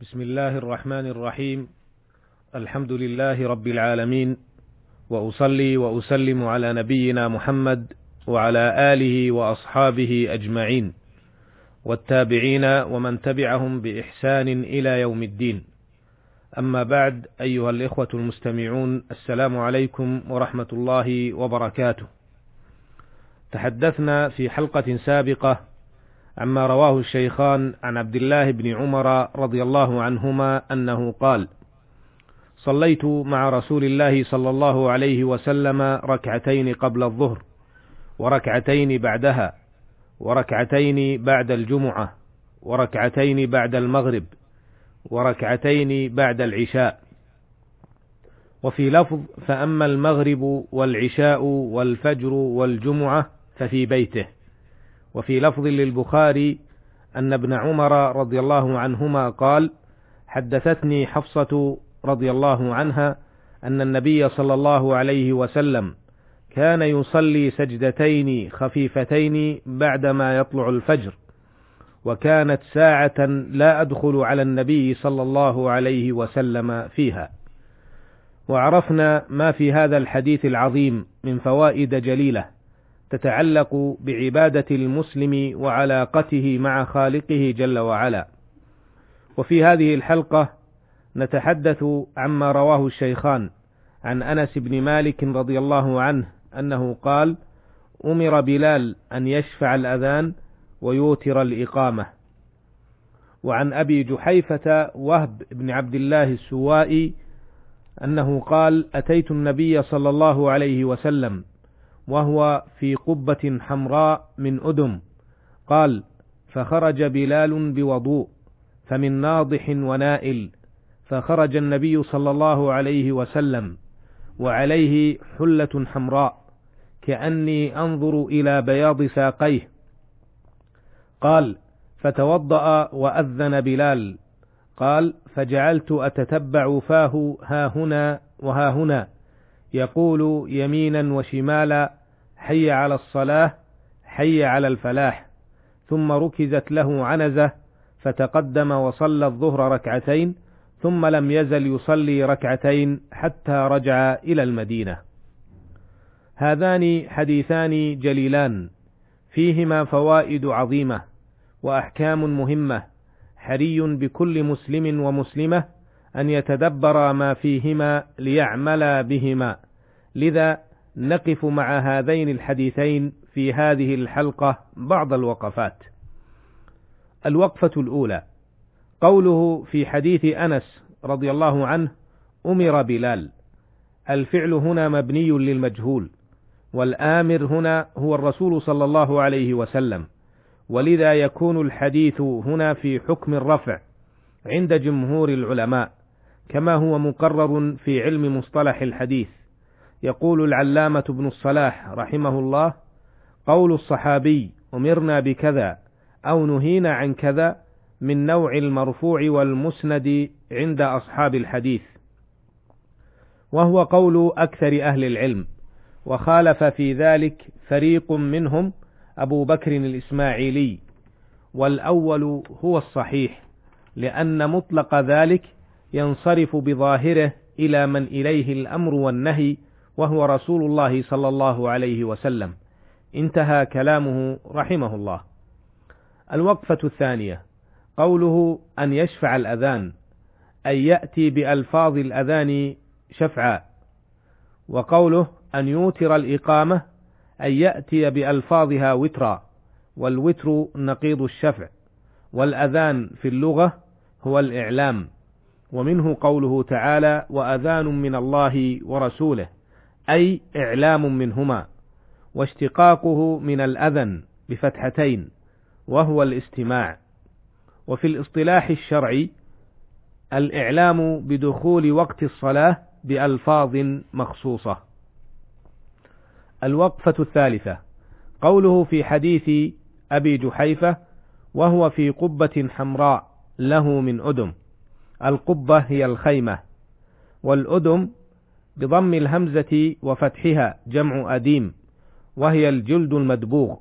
بسم الله الرحمن الرحيم. الحمد لله رب العالمين، وأصلي وأسلم على نبينا محمد وعلى آله وأصحابه أجمعين، والتابعين ومن تبعهم بإحسان إلى يوم الدين. أما بعد، أيها الإخوة المستمعون، السلام عليكم ورحمة الله وبركاته. تحدثنا في حلقة سابقة عما رواه الشيخان عن عبد الله بن عمر رضي الله عنهما أنه قال: صليت مع رسول الله صلى الله عليه وسلم ركعتين قبل الظهر، وركعتين بعدها، وركعتين بعد الجمعة، وركعتين بعد المغرب، وركعتين بعد العشاء. وفي لفظ: فأما المغرب والعشاء والفجر والجمعة ففي بيته. وفي لفظ للبخاري أن ابن عمر رضي الله عنهما قال: حدثتني حفصة رضي الله عنها أن النبي صلى الله عليه وسلم كان يصلي سجدتين خفيفتين بعدما يطلع الفجر، وكانت ساعة لا أدخل على النبي صلى الله عليه وسلم فيها. وعرفنا ما في هذا الحديث العظيم من فوائد جليلة تتعلق بعبادة المسلم وعلاقته مع خالقه جل وعلا. وفي هذه الحلقة نتحدث عما رواه الشيخان عن أنس بن مالك رضي الله عنه أنه قال: أمر بلال أن يشفع الأذان ويوتر الإقامة. وعن أبي جحيفة وهب بن عبد الله السوائي أنه قال: أتيت النبي صلى الله عليه وسلم وهو في قبة حمراء من أدم، قال: فخرج بلال بوضوء فمن ناضح ونائل، فخرج النبي صلى الله عليه وسلم وعليه حلة حمراء كأني أنظر إلى بياض ساقيه، قال: فتوضأ وأذن بلال، قال: فجعلت أتتبع فاه ها هنا وها هنا يقول يمينا وشمالا: حي على الصلاة، حي على الفلاح. ثم ركزت له عنزة فتقدم وصلى الظهر ركعتين، ثم لم يزل يصلي ركعتين حتى رجع إلى المدينة. هذان حديثان جليلان فيهما فوائد عظيمة وأحكام مهمة، حري بكل مسلم ومسلمة أن يتدبر ما فيهما ليعمل بهما. لذا نقف مع هذين الحديثين في هذه الحلقة بعض الوقفات. الوقفة الأولى: قوله في حديث أنس رضي الله عنه: أمر بلال. الفعل هنا مبني للمجهول، والآمر هنا هو الرسول صلى الله عليه وسلم، ولذا يكون الحديث هنا في حكم الرفع عند جمهور العلماء، كما هو مقرر في علم مصطلح الحديث. يقول العلامة ابن الصلاح رحمه الله: قول الصحابي أمرنا بكذا أو نهينا عن كذا من نوع المرفوع والمسند عند أصحاب الحديث، وهو قول أكثر أهل العلم، وخالف في ذلك فريق منهم أبو بكر الإسماعيلي، والأول هو الصحيح، لأن مطلق ذلك ينصرف بظاهره إلى من إليه الأمر والنهي، وهو رسول الله صلى الله عليه وسلم. انتهى كلامه رحمه الله. الوقفة الثانية: قوله أن يشفع الأذان، أي يأتي بألفاظ الأذان شفعا. وقوله أن يوتر الإقامة، أي يأتي بألفاظها وترا، والوتر نقيض الشفع. والأذان في اللغة هو الإعلام، ومنه قوله تعالى: وأذان من الله ورسوله، أي إعلام منهما، واشتقاقه من الأذن بفتحتين وهو الاستماع. وفي الاصطلاح الشرعي الإعلام بدخول وقت الصلاة بألفاظ مخصوصة. الوقفة الثالثة: قوله في حديث أبي جحيفة وهو في قبة حمراء له من أدم. القبة هي الخيمة، والأدم بضم الهمزة وفتحها جمع أديم، وهي الجلد المدبوغ.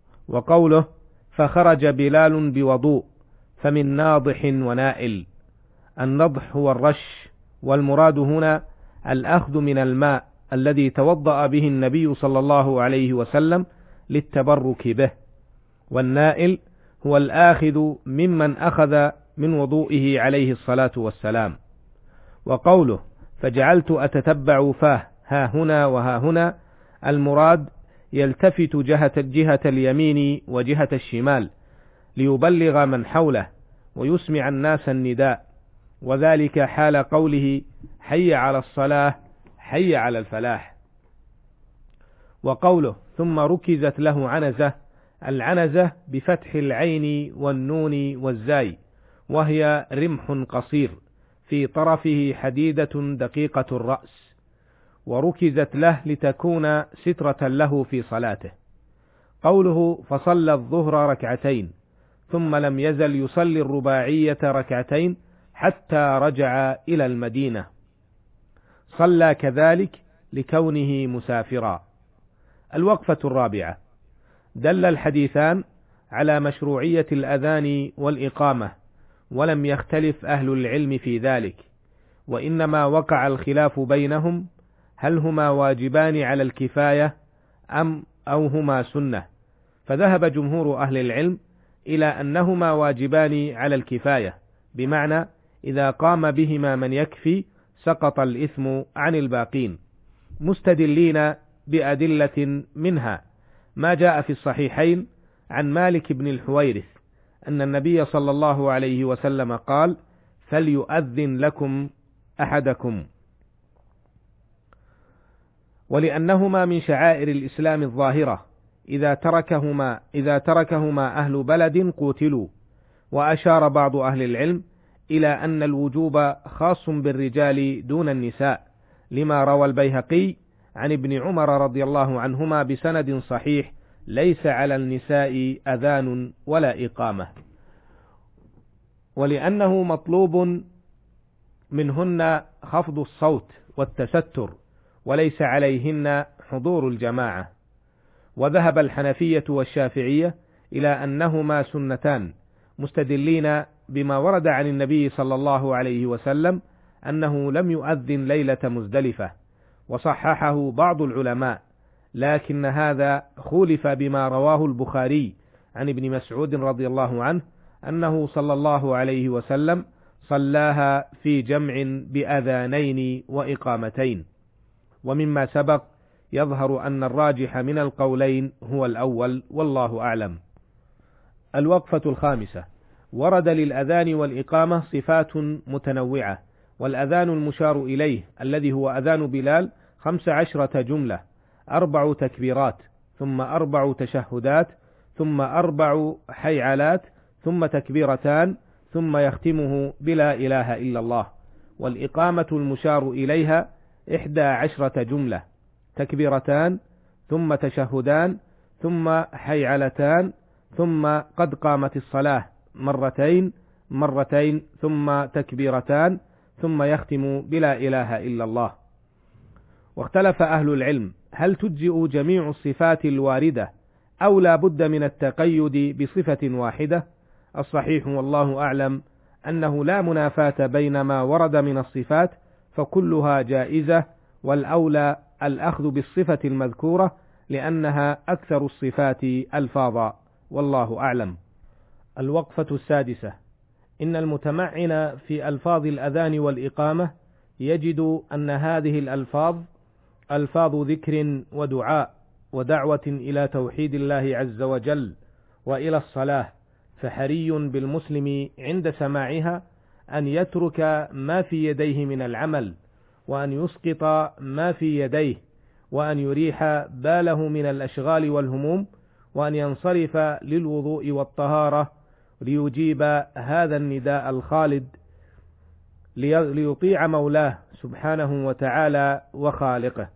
وقوله فخرج بلال بوضوء فمن ناضح ونائل، النضح هو الرش، والمراد هنا الأخذ من الماء الذي توضأ به النبي صلى الله عليه وسلم للتبرك به، والنائل هو الآخذ ممن أخذ من وضوئه عليه الصلاة والسلام. وقوله فجعلت أتتبع فاه ها هنا وها هنا، المراد يلتفت جهة اليمين وجهة الشمال ليبلغ من حوله ويسمع الناس النداء، وذلك حال قوله حي على الصلاة حي على الفلاح. وقوله ثم ركزت له عنزة، العنزة بفتح العين والنون والزاي، وهي رمح قصير في طرفه حديدة دقيقة الرأس، وركزت له لتكون سترة له في صلاته. قوله فصلى الظهر ركعتين ثم لم يزل يصلي الرباعية ركعتين حتى رجع إلى المدينة، صلى كذلك لكونه مسافرا. الوقفة الرابعة، دل الحديثان على مشروعية الأذان والإقامة، ولم يختلف أهل العلم في ذلك، وإنما وقع الخلاف بينهم هل هما واجبان على الكفاية أو هما سنة، فذهب جمهور أهل العلم إلى أنهما واجبان على الكفاية، بمعنى إذا قام بهما من يكفي سقط الإثم عن الباقين، مستدلين بأدلة منها ما جاء في الصحيحين عن مالك بن الحويرث أن النبي صلى الله عليه وسلم قال فليؤذن لكم أحدكم، ولأنهما من شعائر الإسلام الظاهرة إذا تركهما أهل بلد قوتلوا. وأشار بعض أهل العلم إلى أن الوجوب خاص بالرجال دون النساء، لما روى البيهقي عن ابن عمر رضي الله عنهما بسند صحيح ليس على النساء أذان ولا إقامة، ولأنه مطلوب منهن خفض الصوت والتستر، وليس عليهن حضور الجماعة. وذهب الحنفية والشافعية إلى أنهما سنتان، مستدلين بما ورد عن النبي صلى الله عليه وسلم أنه لم يؤذن ليلة مزدلفة، وصححه بعض العلماء، لكن هذا خولف بما رواه البخاري عن ابن مسعود رضي الله عنه أنه صلى الله عليه وسلم صلاها في جمع بأذانين وإقامتين. ومما سبق يظهر أن الراجح من القولين هو الأول، والله أعلم. الوقفة الخامسة، ورد للأذان والإقامة صفات متنوعة، والأذان المشار إليه الذي هو أذان بلال 15 جملة، 4 تكبيرات، ثم 4 تشهدات، ثم 4 حيعلات، ثم تكبيرتان، ثم يختمه بلا إله إلا الله. والإقامة المشار إليها 11 جملة، تكبيرتان، ثم تشهدان، ثم حيعلتان، ثم قد قامت الصلاة مرتين، ثم تكبيرتان، ثم يختم بلا إله إلا الله. واختلف أهل العلم هل تجزئ جميع الصفات الواردة أو لا بد من التقيد بصفة واحدة؟ الصحيح والله أعلم أنه لا منافاة بين ما ورد من الصفات، فكلها جائزة، والأولى الأخذ بالصفة المذكورة لأنها أكثر الصفات ألفاظا، والله أعلم. الوقفة السادسة، إن المتمعن في ألفاظ الأذان والإقامة يجد أن هذه الألفاظ ألفاظ ذكر ودعاء ودعوة إلى توحيد الله عز وجل وإلى الصلاة، فحري بالمسلم عند سماعها أن يترك ما في يديه من العمل، وأن يسقط ما في يديه، وأن يريح باله من الأشغال والهموم، وأن ينصرف للوضوء والطهارة ليجيب هذا النداء الخالد، ليطيع مولاه سبحانه وتعالى وخالقه.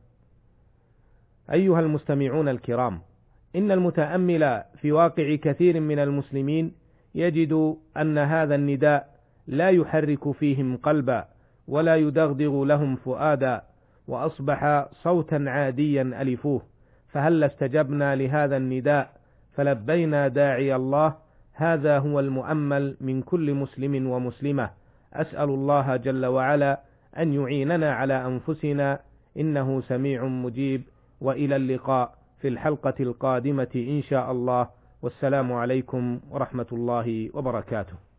أيها المستمعون الكرام، إن المتأمل في واقع كثير من المسلمين يجد أن هذا النداء لا يحرك فيهم قلبا ولا يدغدغ لهم فؤادا، وأصبح صوتا عاديا ألفوه، فهل استجبنا لهذا النداء فلبينا داعي الله؟ هذا هو المؤمل من كل مسلم ومسلمة، أسأل الله جل وعلا أن يعيننا على أنفسنا، إنه سميع مجيب. وإلى اللقاء في الحلقة القادمة إن شاء الله، والسلام عليكم ورحمة الله وبركاته.